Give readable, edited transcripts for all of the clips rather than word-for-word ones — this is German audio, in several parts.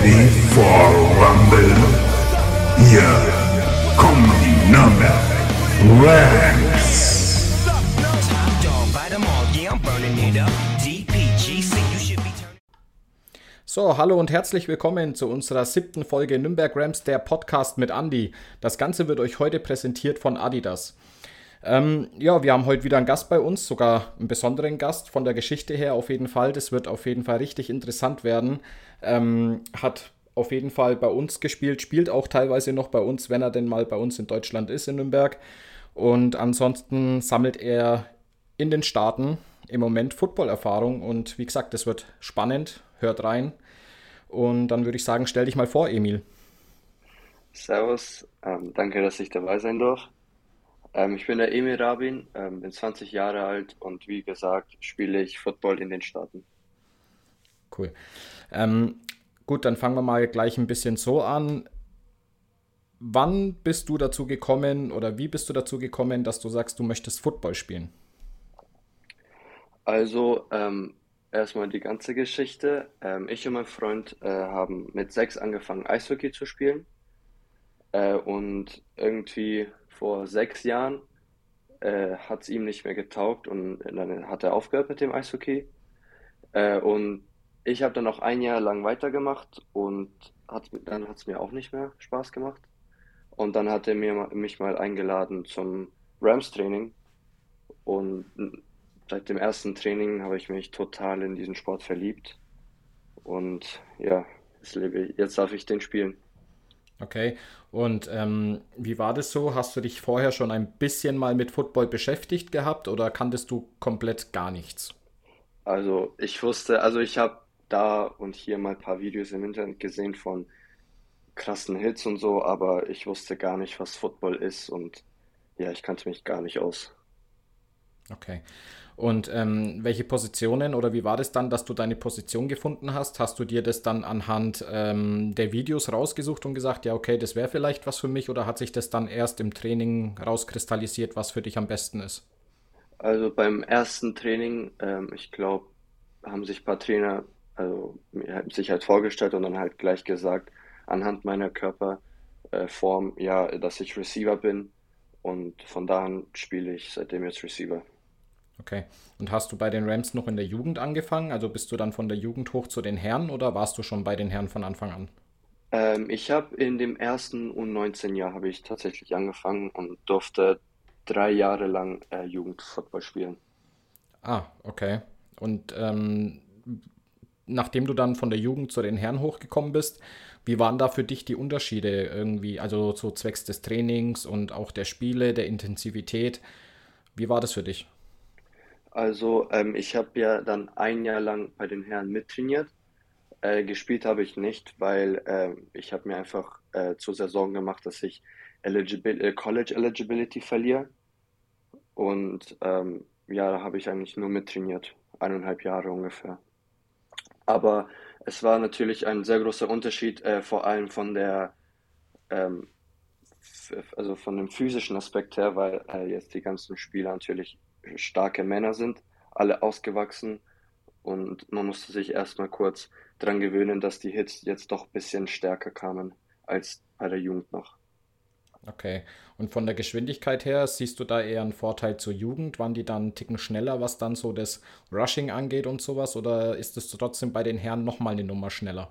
ready for Rumble? Hier kommen die Nürnberg Rams. So, hallo und herzlich willkommen zu unserer 7. Folge Nürnberg Rams, der Podcast mit Andi. Das Ganze wird euch heute präsentiert von Adidas. Wir haben heute wieder einen Gast bei uns, sogar einen besonderen Gast von der Geschichte her auf jeden Fall. Das wird auf jeden Fall richtig interessant werden. Hat auf jeden Fall bei uns gespielt, spielt auch teilweise noch bei uns, wenn er denn mal bei uns in Deutschland ist, in Nürnberg. Und ansonsten sammelt er in den Staaten im Moment Footballerfahrung. Und wie gesagt, das wird spannend. Hört rein. Und dann würde ich sagen, stell dich mal vor, Emil. Servus, danke, dass ich dabei sein darf. Ich bin der Emil Rabin, bin 20 Jahre alt und wie gesagt spiele ich Football in den Staaten. Cool. Gut, dann fangen wir mal gleich ein bisschen so an. Wann bist du dazu gekommen oder wie bist du dazu gekommen, dass du sagst, du möchtest Football spielen? Also erstmal die ganze Geschichte. Ich und mein Freund haben mit 6 angefangen Eishockey zu spielen und irgendwie vor 6 Jahren hat es ihm nicht mehr getaugt und dann hat er aufgehört mit dem Eishockey. Und ich habe dann noch ein Jahr lang weitergemacht und dann hat es mir auch nicht mehr Spaß gemacht. Und dann hat er mich mal eingeladen zum Rams-Training. Und seit dem ersten Training habe ich mich total in diesen Sport verliebt. Und ja, jetzt darf ich den spielen. Okay. Und wie war das so? Hast du dich vorher schon ein bisschen mal mit Football beschäftigt gehabt oder kanntest du komplett gar nichts? Also ich habe da und hier mal ein paar Videos im Internet gesehen von krassen Hits und so, aber ich wusste gar nicht, was Football ist und ja, ich kannte mich gar nicht aus. Okay. Und welche Positionen oder wie war das dann, dass du deine Position gefunden hast? Hast du dir das dann anhand der Videos rausgesucht und gesagt, ja, okay, das wäre vielleicht was für mich oder hat sich das dann erst im Training rauskristallisiert, was für dich am besten ist? Also beim ersten Training, ich glaube, haben sich ein paar Trainer, also mir haben sich halt vorgestellt und dann halt gleich gesagt, anhand meiner Körperform, ja, dass ich Receiver bin und von da an spiele ich seitdem jetzt Receiver. Okay. Und hast du bei den Rams noch in der Jugend angefangen? Also bist du dann von der Jugend hoch zu den Herren oder warst du schon bei den Herren von Anfang an? Ich habe in dem ersten U19-Jahr habe ich tatsächlich angefangen und durfte 3 Jahre lang Jugendfootball spielen. Ah, okay. Und nachdem du dann von der Jugend zu den Herren hochgekommen bist, wie waren da für dich die Unterschiede irgendwie, also so zwecks des Trainings und auch der Spiele, der Intensivität? Wie war das für dich? Also ich habe ja dann ein Jahr lang bei den Herren mittrainiert. Gespielt habe ich nicht, weil ich habe mir einfach zur Saison gemacht, dass ich College Eligibility verliere. Und ja, da habe ich eigentlich nur mittrainiert, 1,5 Jahre ungefähr. Aber es war natürlich ein sehr großer Unterschied, vor allem ähm, also von dem physischen Aspekt her, weil jetzt die ganzen Spieler natürlich starke Männer sind, alle ausgewachsen und man musste sich erstmal kurz dran gewöhnen, dass die Hits jetzt doch ein bisschen stärker kamen als bei der Jugend noch. Okay. Und von der Geschwindigkeit her, siehst du da eher einen Vorteil zur Jugend? Waren die dann einen Ticken schneller, was dann so das Rushing angeht und sowas? Oder ist es trotzdem bei den Herren nochmal eine Nummer schneller?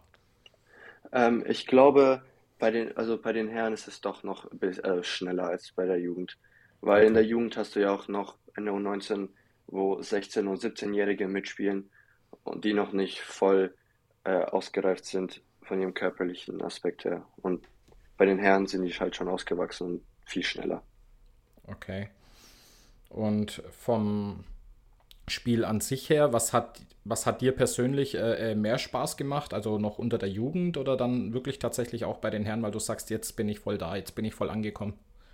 Ich glaube, also bei den Herren ist es doch noch schneller als bei der Jugend. Weil in Okay. der Jugend hast du ja auch noch in der U19, wo 16- und 17-Jährige mitspielen und die noch nicht voll ausgereift sind von ihrem körperlichen Aspekt her. Und bei den Herren sind die halt schon ausgewachsen und viel schneller. Okay. Und vom Spiel an sich her, was hat dir persönlich mehr Spaß gemacht? Also noch unter der Jugend oder dann wirklich tatsächlich auch bei den Herren, weil du sagst, jetzt bin ich voll da, jetzt bin ich voll angekommen.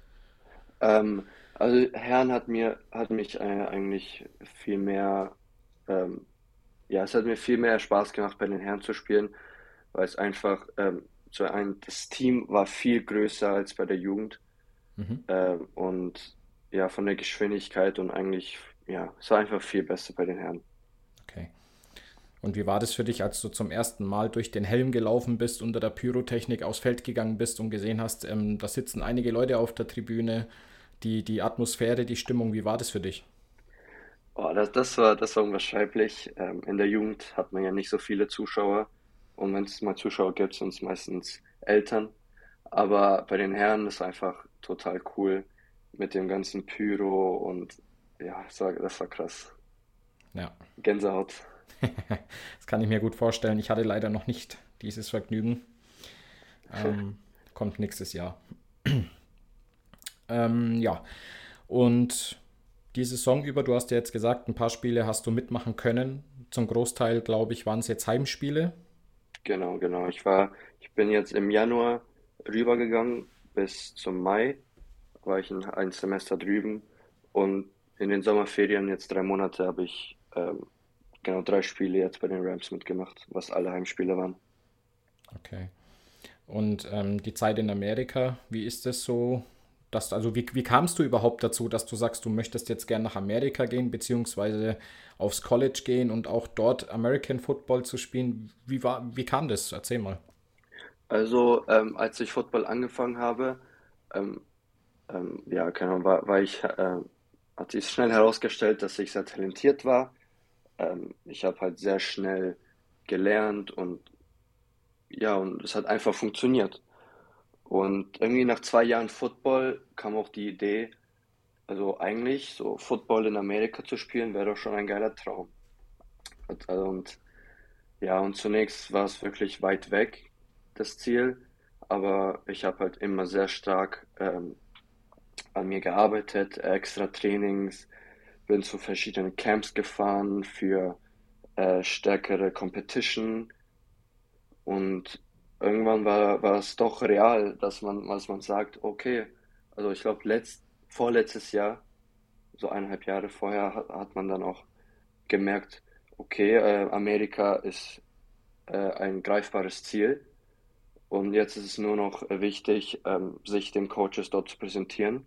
Also Herren hat mich eigentlich viel mehr, ähm, ja, es hat mir viel mehr Spaß gemacht, bei den Herren zu spielen, weil es einfach das Team war viel größer als bei der Jugend Mhm. und ja, von der Geschwindigkeit und eigentlich, ja, es war einfach viel besser bei den Herren. Okay. Und wie war das für dich, als du zum ersten Mal durch den Helm gelaufen bist, unter der Pyrotechnik aufs Feld gegangen bist und gesehen hast, da sitzen einige Leute auf der Tribüne, die Atmosphäre, die Stimmung, wie war das für dich? Oh, das war unbeschreiblich. In der Jugend hat man ja nicht so viele Zuschauer und wenn es mal Zuschauer gibt, sind es meistens Eltern. Aber bei den Herren ist einfach total cool mit dem ganzen Pyro und ja, das war krass. Ja, Gänsehaut. das kann ich mir gut vorstellen. Ich hatte leider noch nicht dieses Vergnügen. Ähm, Kommt nächstes Jahr. Ja, und die Saison über, du hast ja jetzt gesagt, ein paar Spiele hast du mitmachen können. Zum Großteil, glaube ich, waren es jetzt Heimspiele. Genau, genau. Ich bin jetzt im Januar rübergegangen bis zum Mai, war ich ein Semester drüben und in den Sommerferien jetzt 3 Monate habe ich genau 3 Spiele jetzt bei den Rams mitgemacht, was alle Heimspiele waren. Okay. Und die Zeit in Amerika, wie ist es so? Also wie kamst du überhaupt dazu, dass du sagst, du möchtest jetzt gern nach Amerika gehen, beziehungsweise aufs College gehen und auch dort American Football zu spielen? Wie kam das? Erzähl mal. Also, als ich Football angefangen habe, ähm, ja, keine Ahnung, hat sich schnell herausgestellt, dass ich sehr talentiert war. Ich habe halt sehr schnell gelernt und ja, und es hat einfach funktioniert. Und irgendwie nach 2 Jahren Football kam auch die Idee, also eigentlich so Football in Amerika zu spielen, wäre doch schon ein geiler Traum. Und ja, und zunächst war es wirklich weit weg, das Ziel, aber ich habe halt immer sehr stark an mir gearbeitet, extra Trainings, bin zu verschiedenen Camps gefahren für stärkere Competition und irgendwann war es doch real, dass man sagt, okay, also ich glaube vorletztes Jahr, so 1,5 Jahre vorher, hat man dann auch gemerkt, okay, Amerika ist ein greifbares Ziel und jetzt ist es nur noch wichtig, sich den Coaches dort zu präsentieren.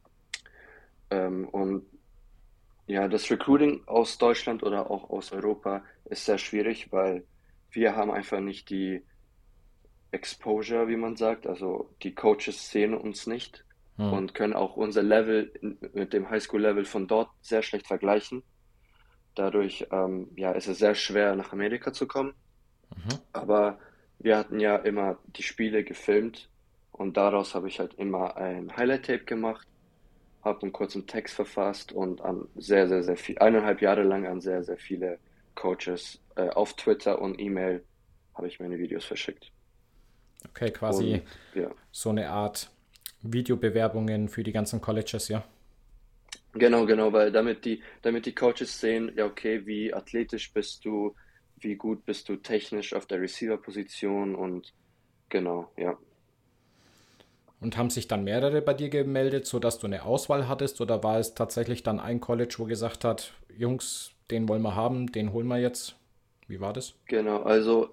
Und ja, das Recruiting aus Deutschland oder auch aus Europa ist sehr schwierig, weil wir haben einfach nicht die Exposure, wie man sagt. Also die Coaches sehen uns nicht Hm. und können auch unser Level mit dem Highschool-Level von dort sehr schlecht vergleichen. Dadurch ja, ist es sehr schwer, nach Amerika zu kommen. Aber wir hatten ja immer die Spiele gefilmt und daraus habe ich halt immer ein Highlight-Tape gemacht, habe einen kurzen Text verfasst und an sehr, sehr, sehr viel, 1,5 Jahre lang an sehr, sehr viele Coaches auf Twitter und E-Mail habe ich meine Videos verschickt. Okay, quasi Und ja, so eine Art Videobewerbungen für die ganzen Colleges, ja. genau, genau, weil damit die Coaches sehen, ja, okay, wie athletisch bist du, wie gut bist du technisch auf der Receiver-Position und genau, ja. Und haben sich dann mehrere bei dir gemeldet, sodass du eine Auswahl hattest? Oder war es tatsächlich dann ein College, wo gesagt hat, Jungs, den wollen wir haben, den holen wir jetzt? Wie war das? Genau, also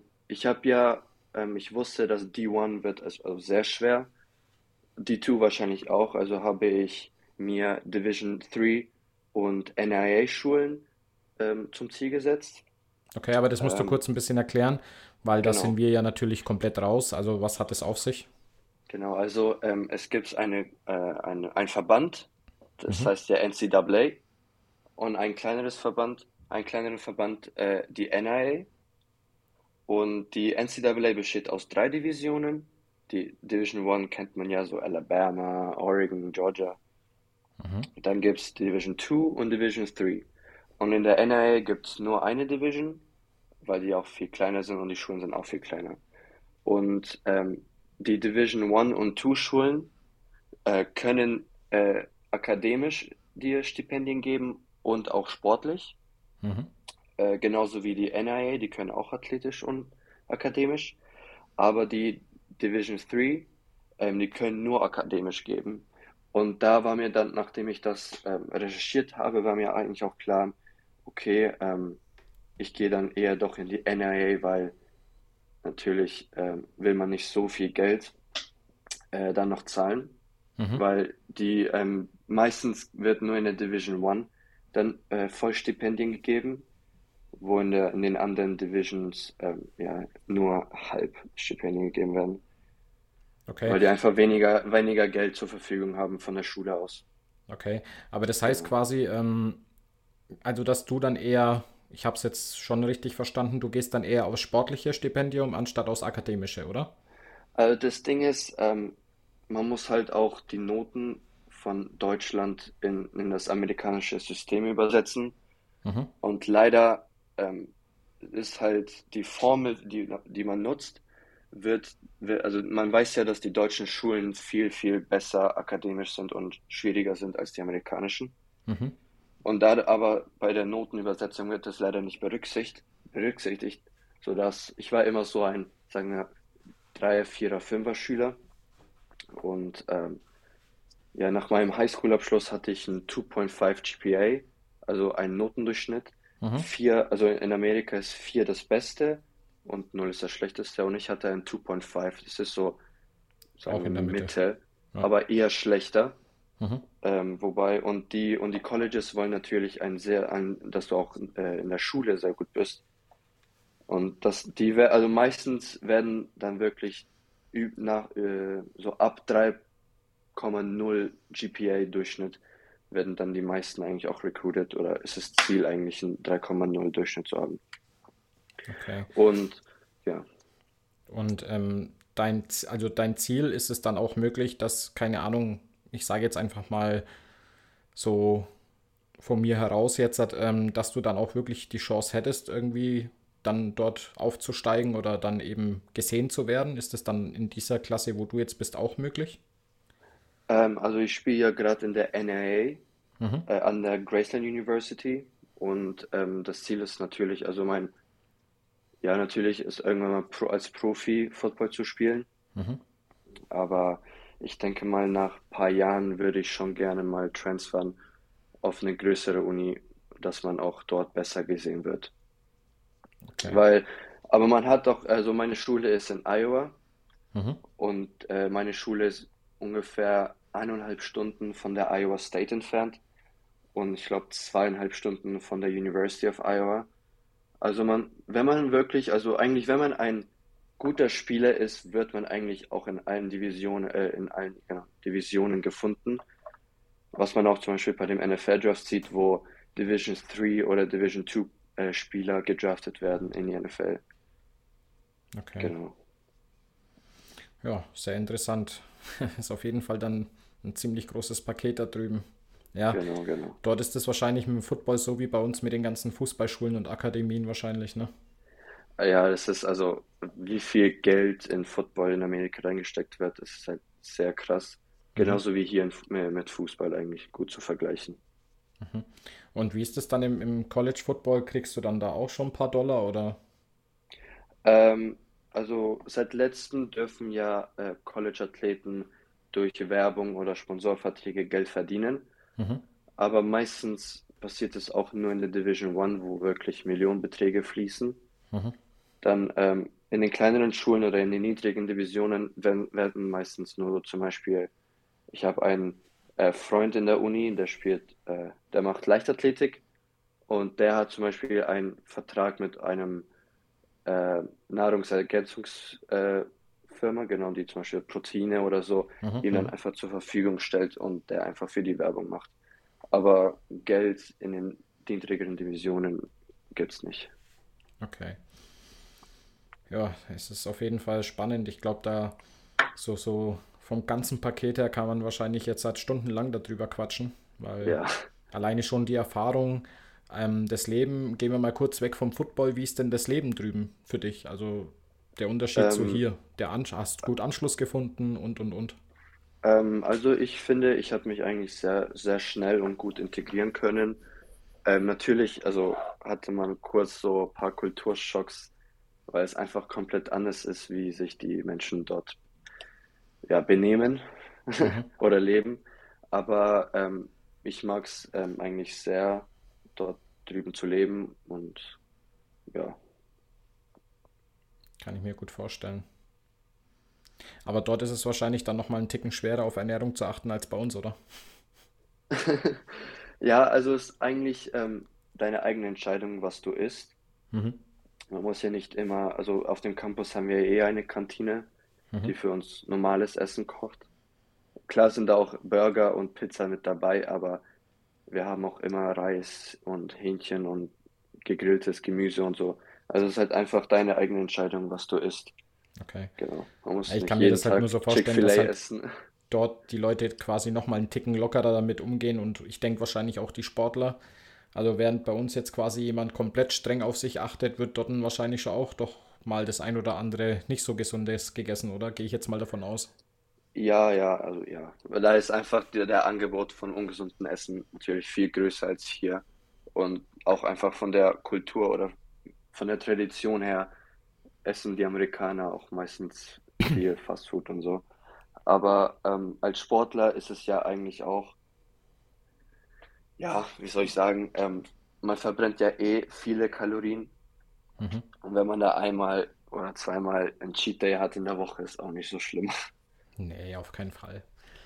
ich wusste, dass D1 wird also sehr schwer, D2 wahrscheinlich auch, also habe ich mir Division 3 und NAIA-Schulen zum Ziel gesetzt. Okay, aber das musst du Ähm, kurz ein bisschen erklären, weil da sind genau, wir ja natürlich komplett raus. Also was hat es auf sich? genau, also es gibt ein Verband, das heißt der NCAA und einen kleineren Verband, die NAIA. Und die NCAA besteht aus 3 Divisionen. Die Division 1 kennt man ja so Alabama, Oregon, Georgia. Dann gibt es Division 2 und Division 3. Und in der NAIA gibt es nur eine Division, weil die auch viel kleiner sind und die Schulen sind auch viel kleiner. Und die Division 1 und 2 Schulen können akademisch dir Stipendien geben und auch sportlich. Genauso wie die NIA, die können auch athletisch und akademisch. Aber die Division 3, die können nur akademisch geben. Und da war mir dann, nachdem ich das recherchiert habe, war mir eigentlich auch klar, okay, ich gehe dann eher doch in die NIA, weil natürlich will man nicht so viel Geld dann noch zahlen, weil die meistens wird nur in der Division 1 dann Vollstipendien gegeben. wo in den anderen Divisions ja nur halb Stipendien gegeben werden, Okay, weil die einfach weniger Geld zur Verfügung haben von der Schule aus. okay. Aber das heißt Genau. quasi, also dass du dann eher, ich habe es jetzt schon richtig verstanden, du gehst dann eher aufs sportliche Stipendium anstatt aufs akademische, oder? Das Ding ist, man muss halt auch die Noten von Deutschland in das amerikanische System übersetzen. Mhm. Und leider ist halt die Formel, die man nutzt, also man weiß ja, dass die deutschen Schulen viel, viel besser akademisch sind und schwieriger sind als die amerikanischen. Mhm. Und da aber bei der Notenübersetzung wird das leider nicht berücksichtigt, sodass ich war immer so ein, sagen wir, Dreier, Vierer, Fünfer Schüler. Und ja, nach meinem Highschool-Abschluss hatte ich einen 2,5 GPA, also einen Notendurchschnitt. Mhm. Vier, also in Amerika ist 4 das Beste und 0 ist das Schlechteste. Und ich hatte einen 2,5. Das ist so, sagen Auch wir, in der Mitte. Mitte, Ja. aber eher schlechter. Mhm. Wobei, und die Colleges wollen natürlich dass du auch in der Schule sehr gut bist. Und also meistens werden dann wirklich so ab 3,0 GPA-Durchschnitt werden dann die meisten eigentlich auch recruited oder ist das Ziel eigentlich einen 3,0 Durchschnitt zu haben. Okay. Und ja, Und also dein Ziel ist es dann auch möglich, dass, keine Ahnung, ich sage jetzt einfach mal so von mir heraus jetzt, dass du dann auch wirklich die Chance hättest, irgendwie dann dort aufzusteigen oder dann eben gesehen zu werden? Ist es dann in dieser Klasse, wo du jetzt bist, auch möglich? also ich spiele ja gerade in der Mhm. NAA an der Graceland University und das Ziel ist natürlich, ja, natürlich ist irgendwann mal als Profi Football zu spielen, Mhm. aber ich denke mal, nach ein paar Jahren würde ich schon gerne mal transfern auf eine größere Uni, dass man auch dort besser gesehen wird. Okay. Weil, aber man hat doch, also meine Schule ist in Iowa Mhm. und meine Schule ist ungefähr 1,5 Stunden von der Iowa State entfernt und ich glaube 2,5 Stunden von der University of Iowa. Also wenn man wirklich, also eigentlich, wenn man ein guter Spieler ist, wird man eigentlich auch in allen genau, Divisionen gefunden. Was man auch zum Beispiel bei dem NFL-Draft sieht, wo Division 3 oder Division 2 Spieler gedraftet werden in die NFL. Okay. Genau, Ja, sehr interessant. Ist auf jeden Fall dann ein ziemlich großes Paket da drüben. Ja, genau. dort ist es wahrscheinlich mit dem Football so wie bei uns mit den ganzen Fußballschulen und Akademien wahrscheinlich, ne? Ja, das ist also, wie viel Geld in Football in Amerika reingesteckt wird, das ist halt sehr krass. Mhm. Genauso wie hier mit Fußball eigentlich gut zu vergleichen. Und wie ist es dann im College Football? Kriegst du dann da auch schon ein paar Dollar oder? Also seit letztem dürfen ja College-Athleten durch Werbung oder Sponsorverträge Geld verdienen, Mhm. aber meistens passiert es auch nur in der Division One, wo wirklich Millionenbeträge fließen. Mhm. Dann in den kleineren Schulen oder in den niedrigen Divisionen werden meistens nur so zum Beispiel, ich habe einen Freund in der Uni, der macht Leichtathletik und der hat zum Beispiel einen Vertrag mit einem Nahrungsergänzungsfirma, Firma, genau, die zum Beispiel Proteine oder so Mhm. ihm dann Mhm. einfach zur Verfügung stellt und der einfach für die Werbung macht. Aber Geld in den niedrigeren Divisionen gibt's nicht. Okay. Ja, es ist auf jeden Fall spannend. Ich glaube, da so vom ganzen Paket her kann man wahrscheinlich jetzt seit stundenlang darüber quatschen, weil Ja. alleine schon die Erfahrung, das Leben, gehen wir mal kurz weg vom Football, wie ist denn das Leben drüben für dich? Also der Unterschied zu Ähm, hier, hast gut Anschluss gefunden und. also ich finde, ich habe mich eigentlich sehr, sehr schnell und gut integrieren können. Natürlich, also hatte man kurz so ein paar Kulturschocks, weil es einfach komplett anders ist, wie sich die Menschen dort ja, benehmen Mhm. oder leben. Aber ich mag es eigentlich sehr, dort drüben zu leben und ja. Kann ich mir gut vorstellen. Aber dort ist es wahrscheinlich dann nochmal einen Ticken schwerer, auf Ernährung zu achten als bei uns, oder? Ja, also es ist eigentlich deine eigene Entscheidung, was du isst. Mhm. Man muss ja nicht immer, also auf dem Campus haben wir eh eine Kantine, Mhm. die für uns normales Essen kocht. Klar sind da auch Burger und Pizza mit dabei, aber wir haben auch immer Reis und Hähnchen und gegrilltes Gemüse und so. Also es ist halt einfach deine eigene Entscheidung, was du isst. Okay. Genau. Man Ja, muss ich nicht kann mir jeden das halt nur Tag so vorstellen, dass Chick-fil-A halt essen. dort die Leute quasi nochmal einen Ticken lockerer damit umgehen und ich denke wahrscheinlich auch die Sportler. Also während bei uns jetzt quasi jemand komplett streng auf sich achtet, wird dort wahrscheinlich schon auch doch mal das ein oder andere nicht so gesundes gegessen, oder? Gehe ich jetzt mal davon aus. Ja, ja, also ja. Weil da ist einfach der Angebot von ungesunden Essen natürlich viel größer als hier. Und auch einfach von der Kultur oder von der Tradition her essen die Amerikaner auch meistens viel Fast Food und so. Aber als Sportler ist es ja eigentlich auch, ja, wie soll ich sagen, man verbrennt ja eh viele Kalorien. Mhm. Und wenn man da einmal oder zweimal einen Cheat Day hat in der Woche, ist auch nicht so schlimm. Nee, auf keinen Fall.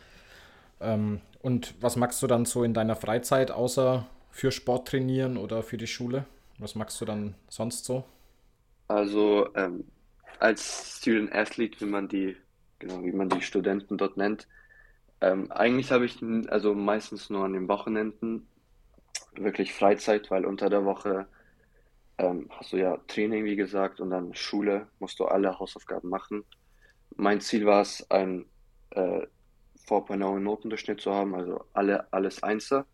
Und was magst du dann so in deiner Freizeit, außer für Sport trainieren oder für die Schule? Was magst du dann sonst so? Also als Student Athlete, genau, wie man die Studenten dort nennt, eigentlich habe ich also meistens nur an den Wochenenden wirklich Freizeit, weil unter der Woche hast du ja Training, wie gesagt, und dann Schule, musst du alle Hausaufgaben machen. Mein Ziel war es, ein äh, 4.0 Notendurchschnitt zu haben, also alles Einser.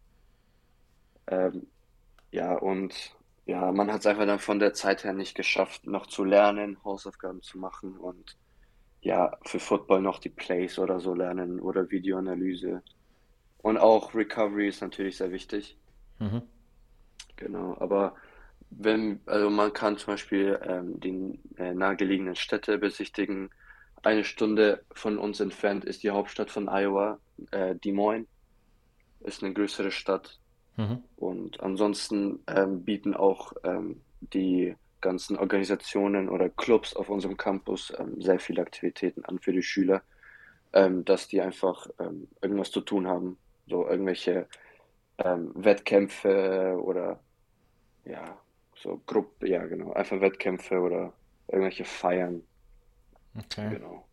Ähm, ja, und ja, man hat es einfach dann von der Zeit her nicht geschafft, noch zu lernen, Hausaufgaben zu machen und ja, für Football noch die Plays oder so lernen oder Videoanalyse. Und auch Recovery ist natürlich sehr wichtig. Mhm. Genau, aber also man kann zum Beispiel die nahegelegenen Städte besichtigen. Eine Stunde von uns entfernt ist die Hauptstadt von Iowa, Des Moines, ist eine größere Stadt. Mhm. Und ansonsten bieten auch die ganzen Organisationen oder Clubs auf unserem Campus sehr viele Aktivitäten an für die Schüler, dass die einfach irgendwas zu tun haben. So irgendwelche Wettkämpfe oder ja, ja genau, einfach Wettkämpfe oder irgendwelche Feiern, Okay. genau.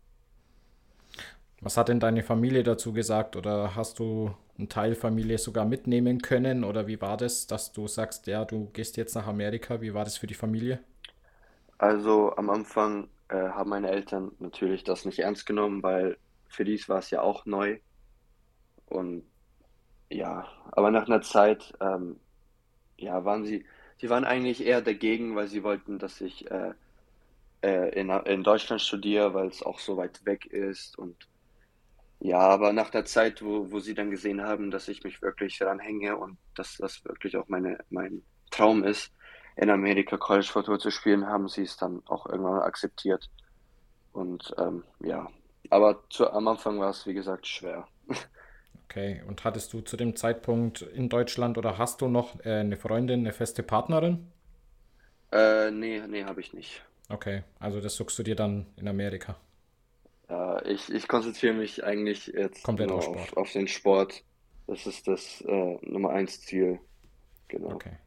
Was hat denn deine Familie dazu gesagt? Oder hast du einen Teil Familie sogar mitnehmen können? Oder wie war das, dass du sagst, ja, du gehst jetzt nach Amerika? Wie war das für die Familie? Also am Anfang haben meine Eltern natürlich das nicht ernst genommen, weil für die war es ja auch neu und ja, aber nach einer Zeit, ja, sie waren eigentlich eher dagegen, weil sie wollten, dass ich in Deutschland studiere, weil es auch so weit weg ist und ja, aber nach der Zeit, wo sie dann gesehen haben, dass ich mich wirklich ranhänge und dass das wirklich auch mein Traum ist, in Amerika College Football zu spielen, haben sie es dann auch irgendwann akzeptiert. Und ja, aber am Anfang war es, wie gesagt, schwer. Okay. Und hattest du zu dem Zeitpunkt in Deutschland oder hast du noch eine Freundin, eine feste Partnerin? Nee, habe ich nicht. Okay. Also das suchst du dir dann in Amerika. Ich konzentriere mich eigentlich jetzt Komplett nur auf Sport. auf den Sport. Das ist das Nummer eins Ziel. Genau. Okay.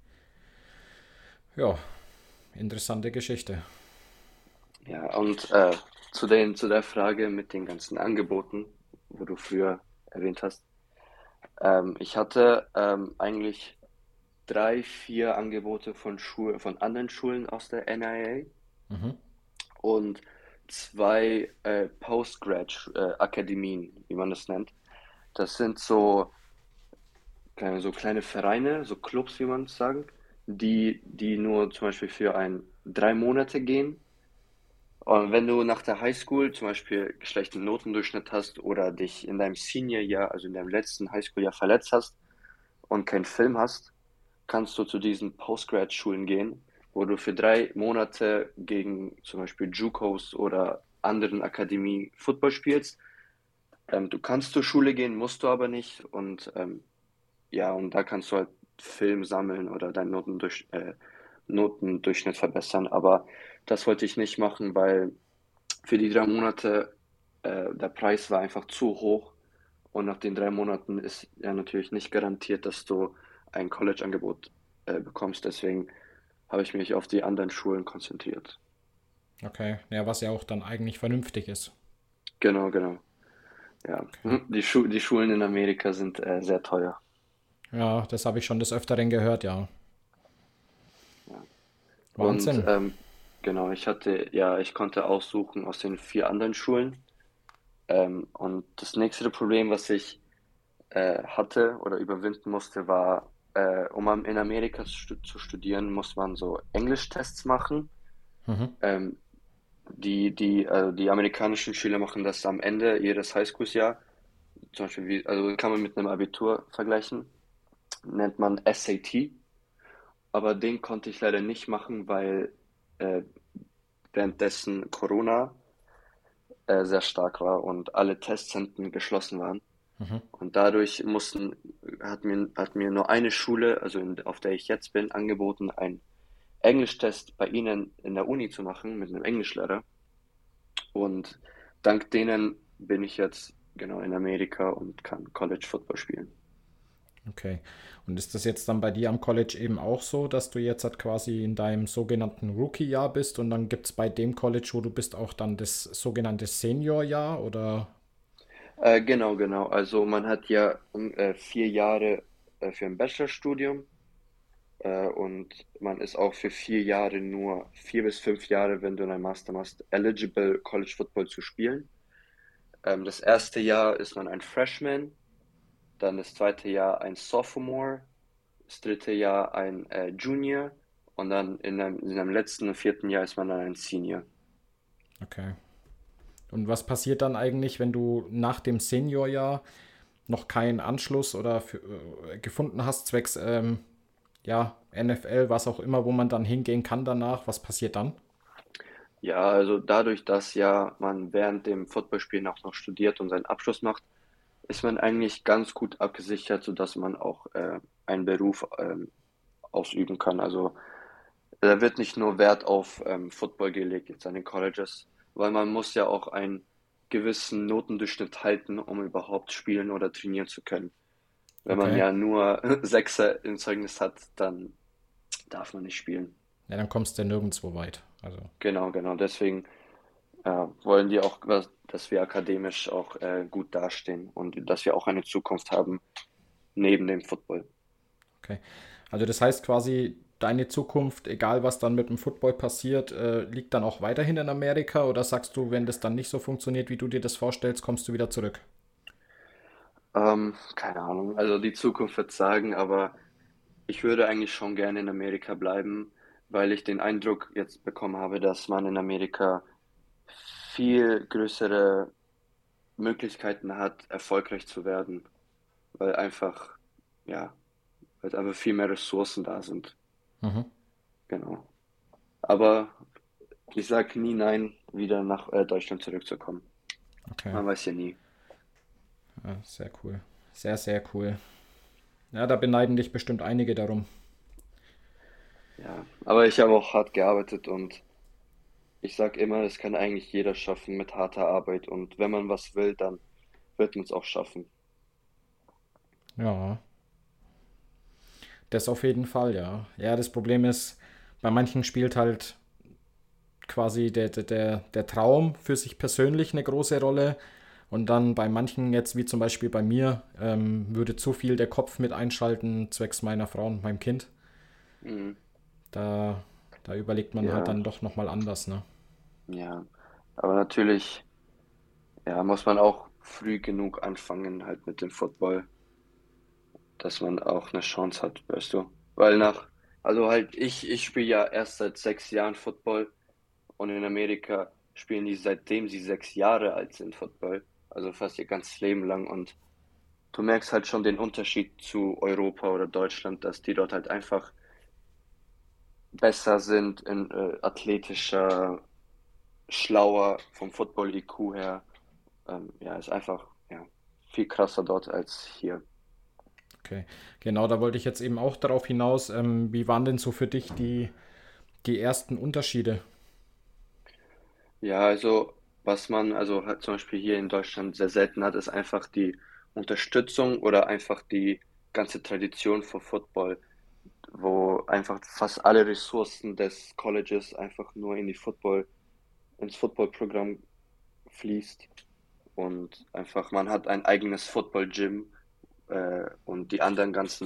Ja, interessante Geschichte. Ja, und zu der Frage mit den ganzen Angeboten, wo du früher erwähnt hast. Ich hatte eigentlich drei, vier Angebote von anderen Schulen aus der NIA Mhm. und zwei Postgrad-Akademien, wie man das nennt. Das sind so kleine Vereine, so Clubs, wie man es sagt, die nur zum Beispiel für 3 Monate gehen. Und wenn du nach der Highschool zum Beispiel schlechten Notendurchschnitt hast oder dich in deinem Seniorjahr, also in deinem letzten Highschool-Jahr verletzt hast und keinen Film hast, kannst du zu diesen Postgrad-Schulen gehen, wo du für 3 Monate gegen zum Beispiel JUCOs oder anderen Akademie Football spielst. Du kannst zur Schule gehen, musst du aber nicht. Und ja, und da kannst du halt Film sammeln oder deinen Notendurchschnitt verbessern. Aber das wollte ich nicht machen, weil für die 3 Monate der Preis war einfach zu hoch. Und nach den 3 Monaten ist ja natürlich nicht garantiert, dass du ein College-Angebot bekommst. Deswegen habe ich mich auf die anderen Schulen konzentriert. Okay, ja, was ja auch dann eigentlich vernünftig ist. Genau, genau. Ja, Okay. Die Schulen in Amerika sind sehr teuer. Ja, das habe ich schon des Öfteren gehört, ja. Ja. Und Wahnsinn. genau, ich konnte aussuchen aus den 4 anderen Schulen. Und das nächste Problem, was ich hatte oder überwinden musste, war, in Amerika zu studieren, muss man so Englischtests machen. Mhm. Ähm, die amerikanischen Schüler machen das am Ende ihres Highschools-Jahr. Zum Beispiel, also kann man mit einem Abitur vergleichen, nennt man SAT. Aber den konnte ich leider nicht machen, weil äh, währenddessen Corona sehr stark war und alle Testzentren geschlossen waren. Mhm. Und dadurch hat mir nur eine Schule, auf der ich jetzt bin, angeboten, einen Englischtest bei ihnen in der Uni zu machen mit einem Englischlehrer. Und dank denen bin ich jetzt genau in Amerika und kann College Football spielen. Okay. Und ist das jetzt dann bei dir am College eben auch so, dass du jetzt halt quasi in deinem sogenannten Rookie-Jahr bist und dann gibt es bei dem College, wo du bist, auch dann das sogenannte Senior-Jahr oder? Genau, genau. Also man hat ja 4 Jahre für ein Bachelorstudium und man ist auch für 4 Jahre, nur 4 bis 5 Jahre, wenn du einen Master machst, eligible College Football zu spielen. Das erste Jahr ist man ein Freshman, dann das zweite Jahr ein Sophomore, das dritte Jahr ein Junior und dann in einem letzten und vierten Jahr ist man dann ein Senior. Okay. Und was passiert dann eigentlich, wenn du nach dem Seniorjahr noch keinen Anschluss oder gefunden hast, zwecks ja, NFL, was auch immer, wo man dann hingehen kann danach? Was passiert dann? Ja, also dadurch, dass ja man während dem Footballspielen auch noch studiert und seinen Abschluss macht, ist man eigentlich ganz gut abgesichert, sodass man auch einen Beruf ausüben kann. Also da wird nicht nur Wert auf Football gelegt jetzt an den Colleges, weil man muss ja auch einen gewissen Notendurchschnitt halten, um überhaupt spielen oder trainieren zu können. Wenn man Okay. ja nur Sechser im Zeugnis hat, dann darf man nicht spielen. Ja, dann kommst du ja nirgendwo weit. Also, Genau, genau. Deswegen wollen die auch, dass wir akademisch auch gut dastehen und dass wir auch eine Zukunft haben neben dem Football. okay. Also das heißt quasi, deine Zukunft, egal was dann mit dem Football passiert, liegt dann auch weiterhin in Amerika oder sagst du, wenn das dann nicht so funktioniert, wie du dir das vorstellst, kommst du wieder zurück? Keine Ahnung, also die Zukunft wird sagen, aber ich würde eigentlich schon gerne in Amerika bleiben, weil ich den Eindruck jetzt bekommen habe, dass man in Amerika viel größere Möglichkeiten hat, erfolgreich zu werden, weil einfach, ja, weil einfach viel mehr Ressourcen da sind. Mhm. Genau. Aber ich sage nie nein, wieder nach Deutschland zurückzukommen. Okay. Man weiß ja nie. Ja, sehr cool. Sehr, sehr cool. Ja, da beneiden dich bestimmt einige darum. Ja, aber ich habe auch hart gearbeitet und ich sage immer, das kann eigentlich jeder schaffen mit harter Arbeit und wenn man was will, dann wird man es auch schaffen. Ja, das auf jeden Fall, ja. Ja, das Problem ist, bei manchen spielt halt quasi der Traum für sich persönlich eine große Rolle. Und dann bei manchen, jetzt wie zum Beispiel bei mir, würde zu viel der Kopf mit einschalten, zwecks meiner Frau und meinem Kind. Mhm. Da, da überlegt man halt Ja, dann doch nochmal anders, ne? ja. Aber natürlich, ja, muss man auch früh genug anfangen halt mit dem Football, dass man auch eine Chance hat, weißt du? Also halt, ich spiele ja erst seit 6 Jahren Football und in Amerika spielen die seitdem sie 6 Jahre alt sind Football. Also fast ihr ganzes Leben lang und du merkst halt schon den Unterschied zu Europa oder Deutschland, dass die dort halt einfach besser sind in athletischer, schlauer vom Football-IQ her. Ja, ist einfach ja, viel krasser dort als hier. Okay. Genau, da wollte ich jetzt eben auch darauf hinaus. Wie waren denn so für dich die ersten Unterschiede? Ja, also was man also halt zum Beispiel hier in Deutschland sehr selten hat, ist einfach die Unterstützung oder einfach die ganze Tradition für Football. wo einfach fast alle Ressourcen des Colleges einfach nur ins Footballprogramm fließt und einfach man hat ein eigenes Football-Gym und die anderen ganzen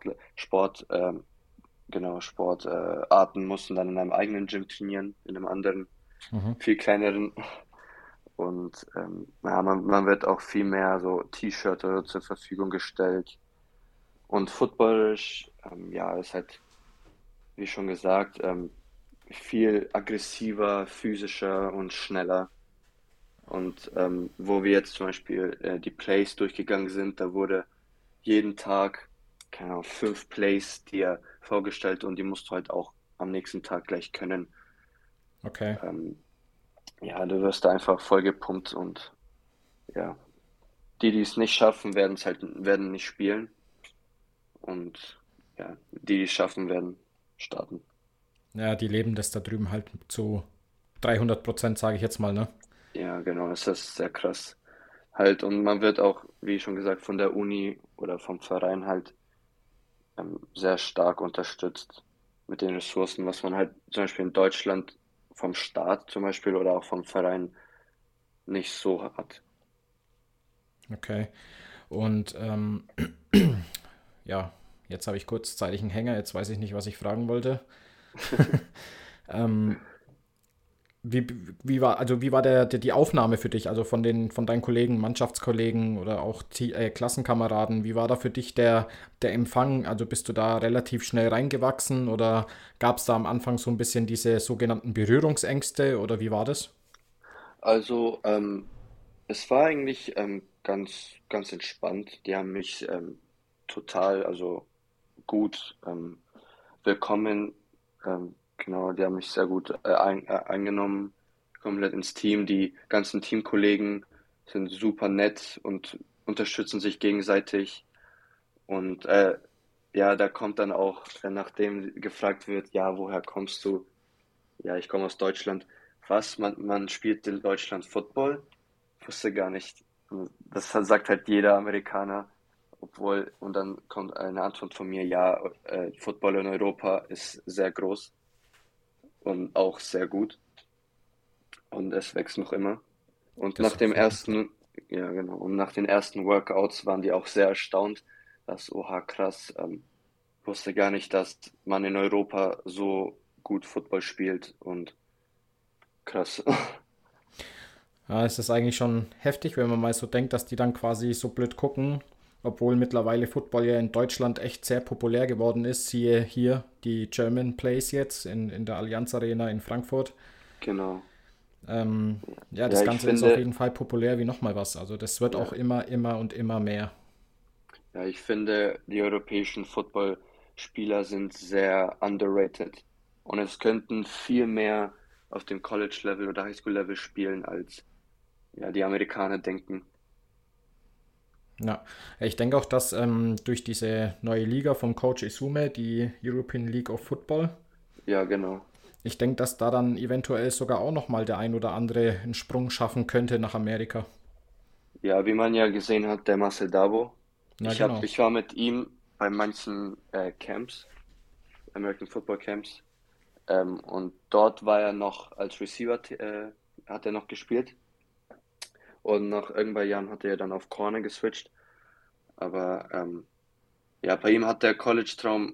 Sportarten mussten dann in einem eigenen Gym trainieren, in einem anderen, Mhm. viel kleineren. Und ja, man wird auch viel mehr so T-Shirt oder so zur Verfügung gestellt. Und footballisch, ja, ist halt, wie schon gesagt, viel aggressiver, physischer und schneller. Und wo wir jetzt zum Beispiel die Plays durchgegangen sind, da wurde jeden Tag, keine Ahnung, 5 Plays dir vorgestellt und die musst du halt auch am nächsten Tag gleich können. Okay. Ähm, ja, du wirst da einfach voll gepumpt und ja, die es nicht schaffen, werden nicht spielen und ja, die es schaffen, werden starten. Ja, die leben das da drüben halt zu 300%, sage ich jetzt mal, ne? Ja, genau, das ist sehr krass. Halt, und man wird auch, wie schon gesagt, von der Uni oder vom Verein halt sehr stark unterstützt mit den Ressourcen, was man halt zum Beispiel in Deutschland vom Staat zum Beispiel oder auch vom Verein nicht so hat. Okay. Und ja, jetzt habe ich kurzzeitig einen Hänger, jetzt weiß ich nicht, was ich fragen wollte. Ähm, wie, wie war die Aufnahme für dich, also von deinen Kollegen, Mannschaftskollegen oder auch Klassenkameraden? Wie war da für dich der Empfang? Also bist du da relativ schnell reingewachsen oder gab es da am Anfang so ein bisschen diese sogenannten Berührungsängste oder wie war das? Also, es war eigentlich ganz entspannt. Die haben mich total, also gut willkommen. Genau, die haben mich sehr gut eingenommen, komplett ins Team. Die ganzen Teamkollegen sind super nett und unterstützen sich gegenseitig. Und ja, da kommt dann auch, nachdem gefragt wird, ja, woher kommst du? Ja, ich komme aus Deutschland. Was? Man spielt in Deutschland Football? Wusste gar nicht. Das sagt halt jeder Amerikaner. Und dann kommt eine Antwort von mir, ja, Football in Europa ist sehr groß und auch sehr gut und es wächst noch immer. Und Das nach dem auf jeden Fall. ersten, ja genau, und nach den ersten Workouts waren die auch sehr erstaunt, dass, oha, krass, wusste gar nicht, dass man in Europa so gut Football spielt und krass. Ja, es ist eigentlich schon heftig, wenn man mal so denkt, dass die dann quasi so blöd gucken, obwohl mittlerweile Football ja in Deutschland echt sehr populär geworden ist. Siehe hier die German Plays jetzt in der Allianz Arena in Frankfurt. Genau. Ja, Ja, das ich Ganze ist auf finde, jeden Fall populär wie nochmal was. Also das wird auch ja, immer und immer mehr. ja, ich finde, die europäischen Footballspieler sind sehr underrated. Und es könnten viel mehr auf dem College-Level oder Highschool-Level spielen, als ja, die Amerikaner denken. Ja, ich denke auch, dass durch diese neue Liga vom Coach Isume, die European League of Football, Ja, genau. ich denke, dass da dann eventuell sogar auch nochmal der ein oder andere einen Sprung schaffen könnte nach Amerika. Ja, wie man ja gesehen hat, der Marcel Dabo. Na genau. Ich war mit ihm bei manchen Camps, American Football Camps, und dort war er noch als Receiver, hat er noch gespielt. Und nach irgendwann Jahren hat er dann auf Corner geswitcht. Aber ja, bei ihm hat der College-Traum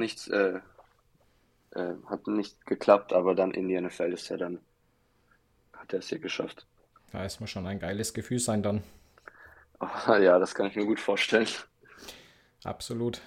hat nicht geklappt, aber dann in die NFL hat er es hier geschafft. Da ist mir schon ein geiles Gefühl sein dann. Aber, ja, das kann ich mir gut vorstellen. Absolut.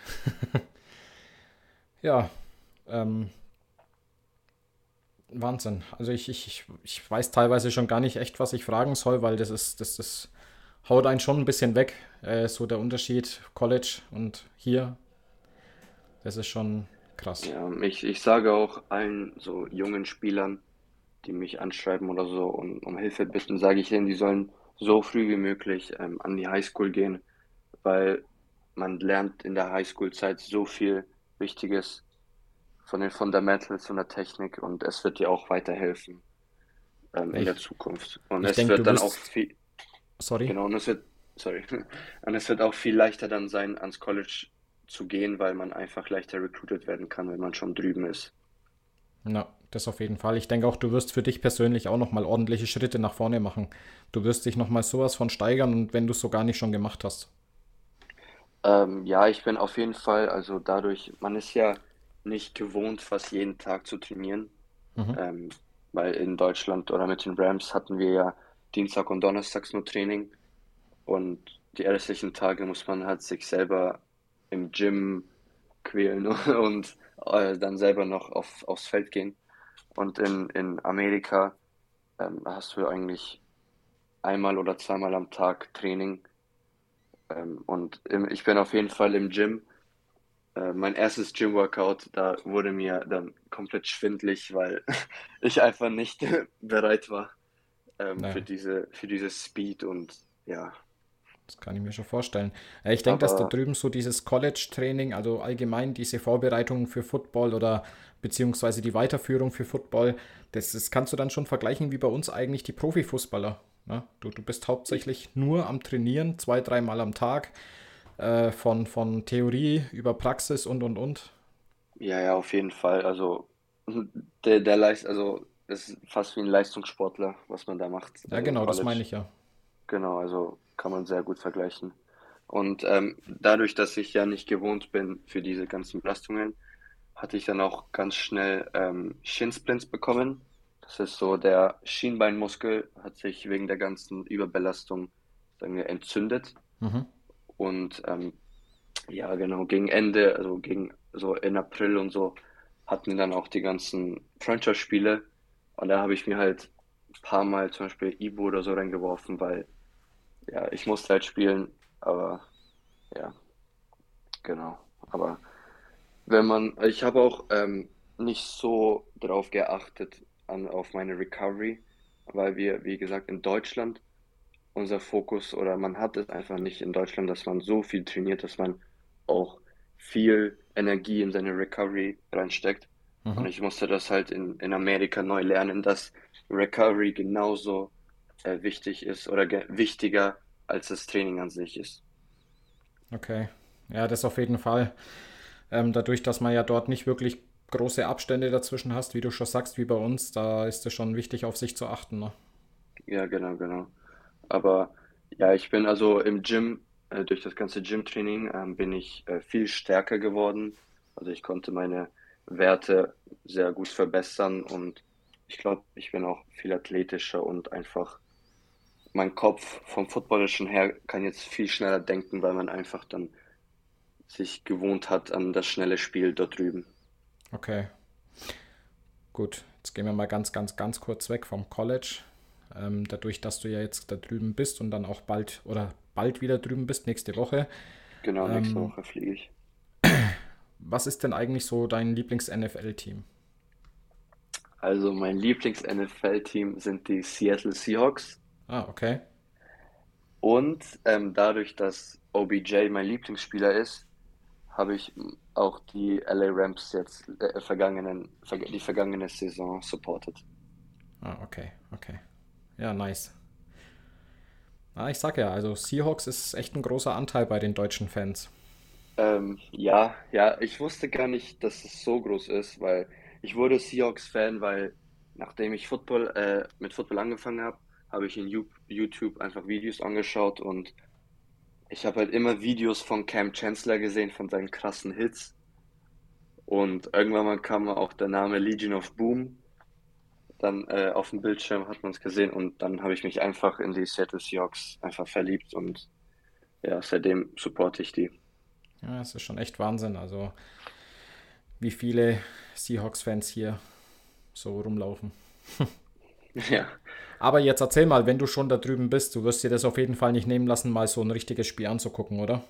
Ja, ähm, Wahnsinn. Also ich weiß teilweise schon gar nicht echt, was ich fragen soll, weil das haut einen schon ein bisschen weg. So der Unterschied College und hier, das ist schon krass. Ja, ich sage auch allen so jungen Spielern, die mich anschreiben oder so und um Hilfe bitten, sage ich denen, die sollen so früh wie möglich an die Highschool gehen, weil man lernt in der Highschool-Zeit so viel Wichtiges von den Fundamentals, von der Technik und es wird dir auch weiterhelfen in der Ich, Zukunft. Und ich es denke, wird du dann auch wirst, viel, sorry. genau, sorry, und es wird auch viel leichter dann sein, ans College zu gehen, weil man einfach leichter recruited werden kann, wenn man schon drüben ist. Ja, das auf jeden Fall. Ich denke auch, du wirst für dich persönlich auch nochmal ordentliche Schritte nach vorne machen. Du wirst dich nochmal sowas von steigern und wenn du es so gar nicht schon gemacht hast. Ja, ich bin auf jeden Fall, also dadurch, man ist ja nicht gewohnt, fast jeden Tag zu trainieren, Mhm. ähm, weil in Deutschland oder mit den Rams hatten wir ja Dienstag und Donnerstags nur Training und die restlichen Tage muss man halt sich selber im Gym quälen und dann selber noch aufs Feld gehen. Und in Amerika hast du eigentlich einmal oder zweimal am Tag Training. Ich bin auf jeden Fall im Gym. Mein erstes Gym-Workout, da wurde mir dann komplett schwindlig, weil ich einfach nicht bereit war Ja, für dieses Speed und ja, das kann ich mir schon vorstellen. Ich denke, dass da aber drüben so dieses College-Training, also allgemein diese Vorbereitung für Football oder beziehungsweise die Weiterführung für Football, das kannst du dann schon vergleichen wie bei uns eigentlich die Profifußballer. Ne? Du bist hauptsächlich nur am Trainieren, zwei, dreimal am Tag, von Theorie über Praxis und. ja, ja, auf jeden Fall. Also also es ist fast wie ein Leistungssportler, was man da macht, Ja, also im genau, das meine College. ich ja. Genau, also kann man sehr gut vergleichen. Und dadurch, dass ich ja nicht gewohnt bin für diese ganzen Belastungen, hatte ich dann auch ganz schnell Shinsplints bekommen. Das ist so, der Schienbeinmuskel hat sich wegen der ganzen Überbelastung, sagen wir, entzündet. Mhm. Und ja, genau, gegen Ende, also gegen so in April und so, hatten wir dann auch die ganzen Freundschaftsspiele. Und da habe ich mir halt ein paar Mal zum Beispiel Ibu oder so reingeworfen, weil ja, ich musste halt spielen, aber ja, genau. Aber ich habe auch nicht so drauf geachtet auf meine Recovery, weil wir, wie gesagt, in Deutschland unser Fokus oder man hat es einfach nicht in Deutschland, dass man so viel trainiert, dass man auch viel Energie in seine Recovery reinsteckt. Und Mhm. ich musste das halt in Amerika neu lernen, dass Recovery genauso wichtig ist oder wichtiger als das Training an sich ist. Okay. Ja, das auf jeden Fall. Dadurch, dass man ja dort nicht wirklich große Abstände dazwischen hast, wie du schon sagst, wie bei uns, da ist es schon wichtig, auf sich zu achten. Ne? Ja, genau, genau. Aber ja, ich bin also im Gym, durch das ganze Gym-Training, bin ich viel stärker geworden. Also ich konnte meine Werte sehr gut verbessern und ich glaube, ich bin auch viel athletischer und einfach mein Kopf vom Footballischen her kann jetzt viel schneller denken, weil man einfach dann sich gewohnt hat an das schnelle Spiel dort drüben. Okay, gut. Jetzt gehen wir mal ganz kurz weg vom College. Dadurch, dass du ja jetzt da drüben bist und dann auch bald wieder drüben bist, nächste Woche. Genau, nächste Ähm, Woche fliege ich. Was ist denn eigentlich so dein Lieblings-NFL-Team? Also mein Lieblings-NFL-Team sind die Seattle Seahawks. Ah, okay. Und dadurch, dass OBJ mein Lieblingsspieler ist, habe ich auch die LA Rams jetzt die vergangene Saison supportet. Ah, okay, okay. Ja, nice. Ah, ich sag ja, also Seahawks ist echt ein großer Anteil bei den deutschen Fans. Ja, ja, ich wusste gar nicht, dass es so groß ist, weil ich wurde Seahawks-Fan, weil nachdem ich mit Football angefangen habe, habe ich in YouTube einfach Videos angeschaut und ich habe halt immer Videos von Cam Chancellor gesehen, von seinen krassen Hits. Und irgendwann mal kam auch der Name Legion of Boom. Dann auf dem Bildschirm hat man es gesehen und dann habe ich mich einfach in die Seattle Seahawks einfach verliebt und ja, seitdem supporte ich die. Ja, es ist schon echt Wahnsinn, also wie viele Seahawks-Fans hier so rumlaufen. Ja, Aber jetzt erzähl mal, wenn du schon da drüben bist, du wirst dir das auf jeden Fall nicht nehmen lassen, mal so ein richtiges Spiel anzugucken, oder?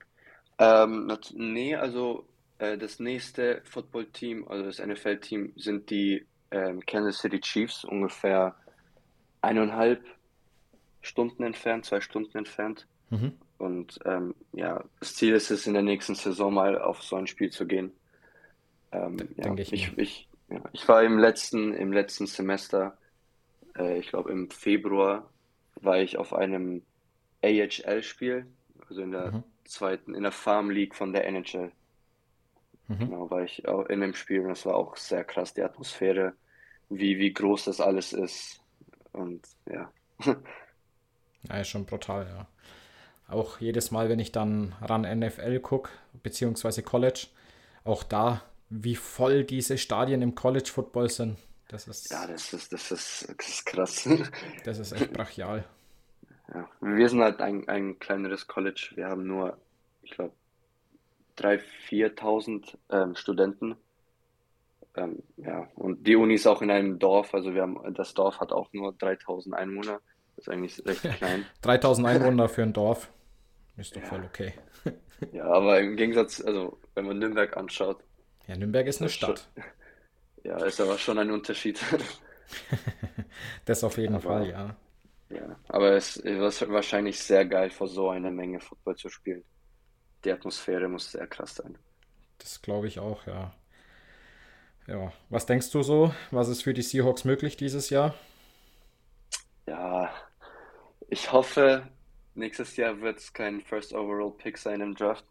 nee, also das nächste Football-Team, also das NFL-Team, sind die Kansas City Chiefs, ungefähr 1,5 Stunden entfernt, 2 Stunden entfernt. Mhm. Und ja, das Ziel ist es, in der nächsten Saison mal auf so ein Spiel zu gehen. Ja, Denke ich mir. ich war im letzten Semester, ich glaube im Februar, war ich auf einem AHL-Spiel, also in der Mhm. in der Farm League von der NHL. Mhm. Genau, war ich auch in dem Spiel und das war auch sehr krass, die Atmosphäre, wie groß das alles ist. Und ja, Ja, ist schon brutal, ja. Auch jedes Mal, wenn ich dann ran NFL gucke, beziehungsweise College, auch da, wie voll diese Stadien im College Football sind. Das ja, ist, das ist krass. das ist echt brachial. Ja. Wir sind halt ein kleineres College. Wir haben nur, ich glaube, 3.000, 4.000 Studenten. Ja, und die Uni ist auch in einem Dorf. Also das Dorf hat auch nur 3.000 Einwohner. Das ist eigentlich recht klein. 3000 Einwohner für ein Dorf. Ist doch voll Ja, okay. ja, aber im Gegensatz, also wenn man Nürnberg anschaut, Ja, Nürnberg ist ist eine das schon, Stadt. ja, ist aber schon ein Unterschied. Das auf jeden Fall, Aber ja. ja, aber es ist wahrscheinlich sehr geil, vor so einer Menge Football zu spielen. Die Atmosphäre muss sehr krass sein. Das glaube ich auch, ja. Ja. Was denkst du so? Was ist für die Seahawks möglich dieses Jahr? Ja, ich hoffe, nächstes Jahr wird es kein First Overall Pick sein im Draft.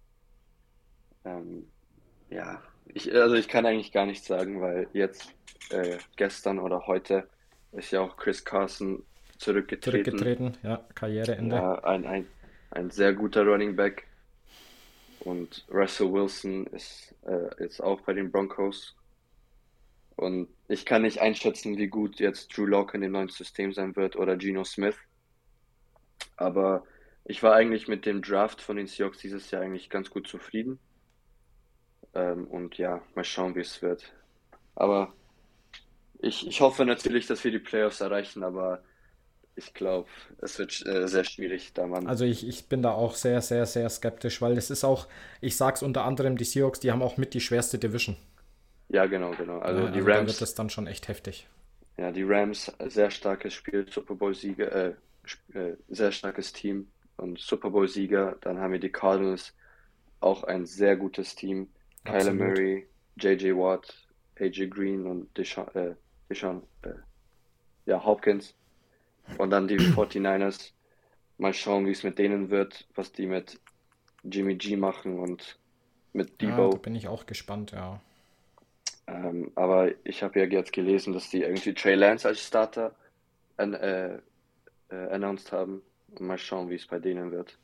Ähm, ja, also ich kann eigentlich gar nichts sagen, weil jetzt gestern oder heute ist ja auch Chris Carson zurückgetreten. Zurückgetreten, ja, Karriereende. Ja, ein sehr guter Running Back. Und Russell Wilson ist jetzt auch bei den Broncos. Und ich kann nicht einschätzen, wie gut jetzt Drew Lock in dem neuen System sein wird oder Geno Smith. Aber ich war eigentlich mit dem Draft von den Seahawks dieses Jahr eigentlich ganz gut zufrieden. Und ja, mal schauen, wie es wird. Aber ich hoffe natürlich, dass wir die Playoffs erreichen, aber ich glaube, es wird sehr schwierig, da man, Also ich bin da auch sehr, sehr, sehr skeptisch, weil es ist auch, ich sag's unter anderem, die Seahawks, die haben auch mit die schwerste Division. ja, genau, genau. Also Ne? die Also da wird Rams, es dann schon echt heftig. ja, die Rams, sehr starkes Spiel, Super Bowl-Sieger, sehr starkes Team und Super Bowl-Sieger. Dann haben wir die Cardinals, auch ein sehr gutes Team. Kyler Absolut. Murray, J.J. Watt, A.J. Green und Deshaun, ja, Hopkins. Und dann die 49ers. Mal schauen, wie es mit denen wird, was die mit Jimmy G machen und mit Ja, da Debo. bin ich auch gespannt, ja. Aber ich habe ja jetzt gelesen, dass die irgendwie Trey Lance als Starter an, announced haben. Und mal schauen, wie es bei denen wird.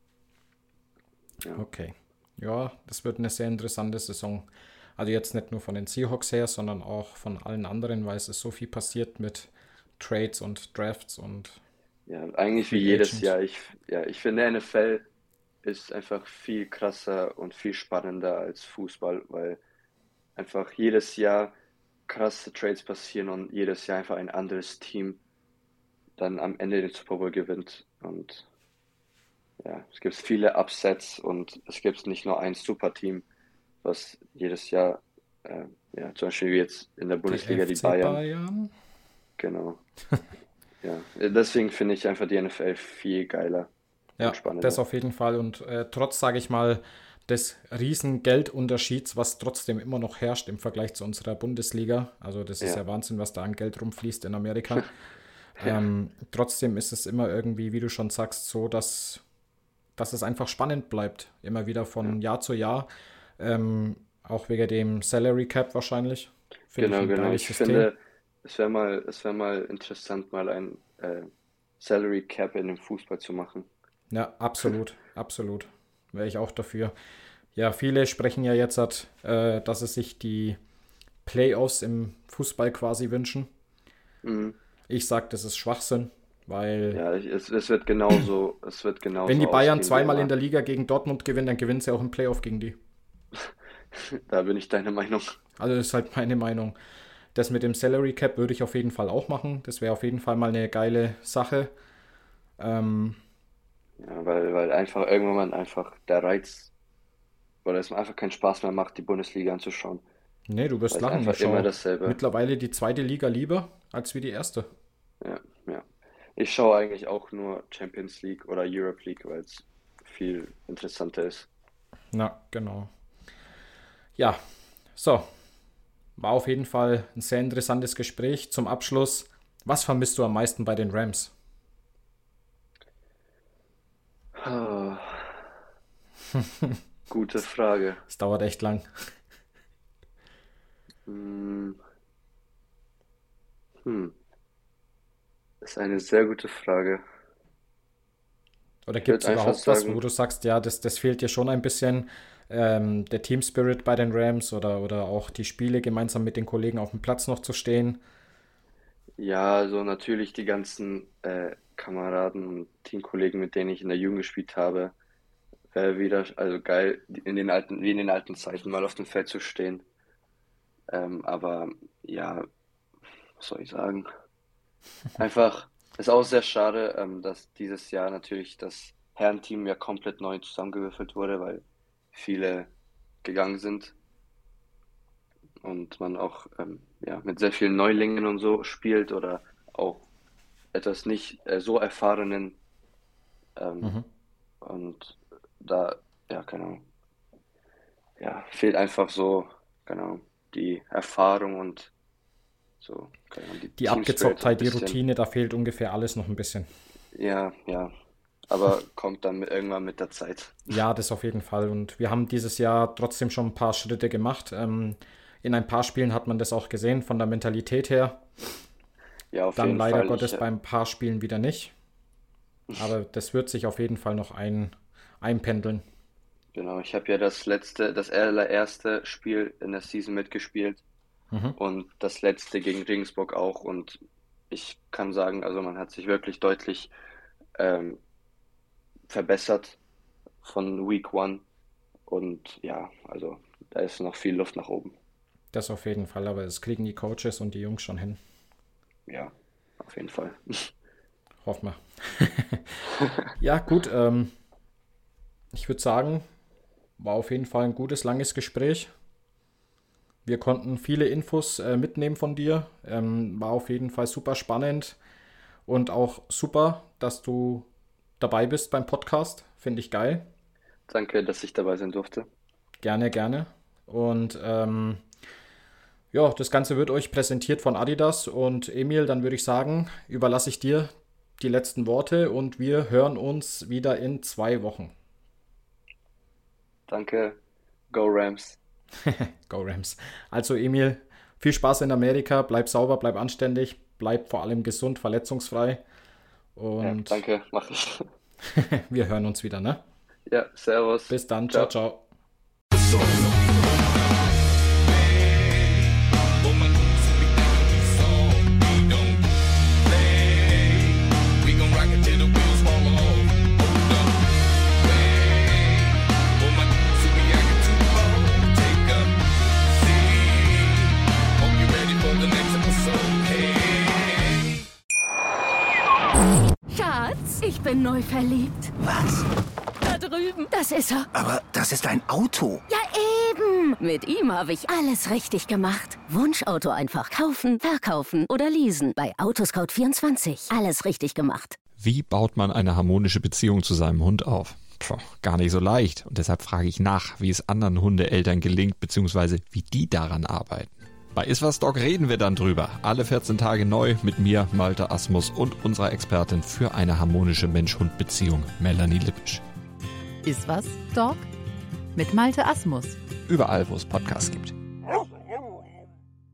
Ja, Okay. Ja, das wird eine sehr interessante Saison. Also jetzt nicht nur von den Seahawks her, sondern auch von allen anderen, weil es ist so viel passiert mit Trades und Drafts und ja, eigentlich wie Free jedes Agent. Jahr. Ja, ich finde, NFL ist einfach viel krasser und viel spannender als Fußball, weil einfach jedes Jahr krasse Trades passieren und jedes Jahr einfach ein anderes Team dann am Ende den Super Bowl gewinnt. Und ja, es gibt viele Upsets und es gibt nicht nur ein Superteam, was jedes Jahr, ja, zum Beispiel wie jetzt in der Die Bundesliga die FC Bayern, Bayern. genau. Ja, deswegen finde ich einfach die NFL viel geiler und Ja, das spannender. auf jeden Fall. Und trotz, sage ich mal, des riesen Geldunterschieds, was trotzdem immer noch herrscht im Vergleich zu unserer Bundesliga. Also das ist Ja, ja Wahnsinn, was da an Geld rumfließt in Amerika. ja, Trotzdem ist es immer irgendwie, wie du schon sagst, so, dass es einfach spannend bleibt. Immer wieder ja. von Jahr zu Jahr. Auch wegen dem Salary Cap wahrscheinlich. Finde ich Genau, ein genau. geiles Ich System. finde, es wäre mal interessant, mal ein Salary Cap in dem Fußball zu machen. Ja, absolut, absolut. Wäre ich auch dafür. Ja, viele sprechen ja jetzt, dass sie sich die Playoffs im Fußball quasi wünschen. Mhm. Ich sage, das ist Schwachsinn, weil Ja, es wird wenn die genauso Bayern ausgehen wie zweimal in immer. der Liga gegen Dortmund gewinnen, dann gewinnen sie auch im Playoff gegen die. Da bin ich deiner Meinung. Also das ist halt meine Meinung. Das mit dem Salary Cap würde ich auf jeden Fall auch machen. Das wäre auf jeden Fall mal eine geile Sache. Ähm, Ja, weil einfach irgendwann mal einfach der Reiz, oder es mir einfach keinen Spaß mehr macht, die Bundesliga anzuschauen. nee, du Weil wirst es lachen. einfach Ich immer schaue dasselbe. mittlerweile die zweite Liga lieber als wie die erste. Ja, ja. Ich schaue eigentlich auch nur Champions League oder Europe League, weil es viel interessanter ist. Na, genau. Ja, so. War auf jeden Fall ein sehr interessantes Gespräch. Zum Abschluss, was vermisst du am meisten bei den Rams? Ah, Gute Frage. Es dauert echt lang. Das ist eine sehr gute Frage. Oder Ich gibt würde es einfach überhaupt was, wo sagen, du sagst, ja, das fehlt dir schon ein bisschen, der Team Spirit bei den Rams oder auch die Spiele gemeinsam mit den Kollegen auf dem Platz noch zu stehen? ja, also natürlich die ganzen Kameraden und Teamkollegen, mit denen ich in der Jugend gespielt habe, wäre wieder, also geil, wie in den alten Zeiten mal auf dem Feld zu stehen. Aber ja, was soll ich sagen? Einfach, ist auch sehr schade, dass dieses Jahr natürlich das Herrenteam ja komplett neu zusammengewürfelt wurde, weil viele gegangen sind und man auch ja, mit sehr vielen Neulingen und so spielt oder auch etwas nicht so erfahrenen ähm, Mhm. und da, ja, keine Ahnung, ja, fehlt einfach so, keine Ahnung, die Erfahrung und so, keine Ahnung, die Die Team Spirit ein Abgezocktheit, die bisschen. Routine, da fehlt ungefähr alles noch ein bisschen. Ja, ja, aber kommt dann irgendwann mit der Zeit. Ja, das auf jeden Fall. Und wir haben dieses Jahr trotzdem schon ein paar Schritte gemacht. In ein paar Spielen hat man das auch gesehen, von der Mentalität her. Ja, auf Dann jeden leider Fall. Gottes beim paar Spielen wieder nicht. Aber das wird sich auf jeden Fall noch einpendeln. Genau, ich habe ja das allererste Spiel in der Season mitgespielt Mhm. und das letzte gegen Regensburg auch. Und ich kann sagen, also man hat sich wirklich deutlich ähm, verbessert von Week One. Und ja, also da ist noch viel Luft nach oben. Das auf jeden Fall, aber das kriegen die Coaches und die Jungs schon hin. Ja, auf jeden Fall. Hoffen wir. Ja, gut. Ich würde sagen, war auf jeden Fall ein gutes, langes Gespräch. Wir konnten viele Infos mitnehmen von dir. War auf jeden Fall super spannend und auch super, dass du dabei bist beim Podcast. Finde ich geil. Danke, dass ich dabei sein durfte. Gerne, gerne. Und ja, das Ganze wird euch präsentiert von Adidas. Und Emil, dann würde ich sagen, überlasse ich dir die letzten Worte und wir hören uns wieder in 2 Wochen. Danke, Go Rams. Go Rams. Also Emil, viel Spaß in Amerika, bleib sauber, bleib anständig, bleib vor allem gesund, verletzungsfrei Ja, und danke, mach ich. wir hören uns wieder, ne? Ja, Servus. Bis dann, ciao, Ciao. ciao. Schatz, ich bin neu verliebt. Was? Da drüben. Das ist er. Aber das ist ein Auto. Ja, eben. Mit ihm habe ich alles richtig gemacht. Wunschauto einfach kaufen, verkaufen oder leasen. Bei Autoscout24. Alles richtig gemacht. Wie baut man eine harmonische Beziehung zu seinem Hund auf? Gar nicht so leicht. Und deshalb frage ich nach, wie es anderen Hundeeltern gelingt, beziehungsweise wie die daran arbeiten. Bei Iswas Dog reden wir dann drüber. Alle 14 Tage neu mit mir, Malte Asmus und unserer Expertin für eine harmonische Mensch-Hund-Beziehung, Melanie Lippisch. Iswas Dog mit Malte Asmus. Überall, wo es Podcasts gibt.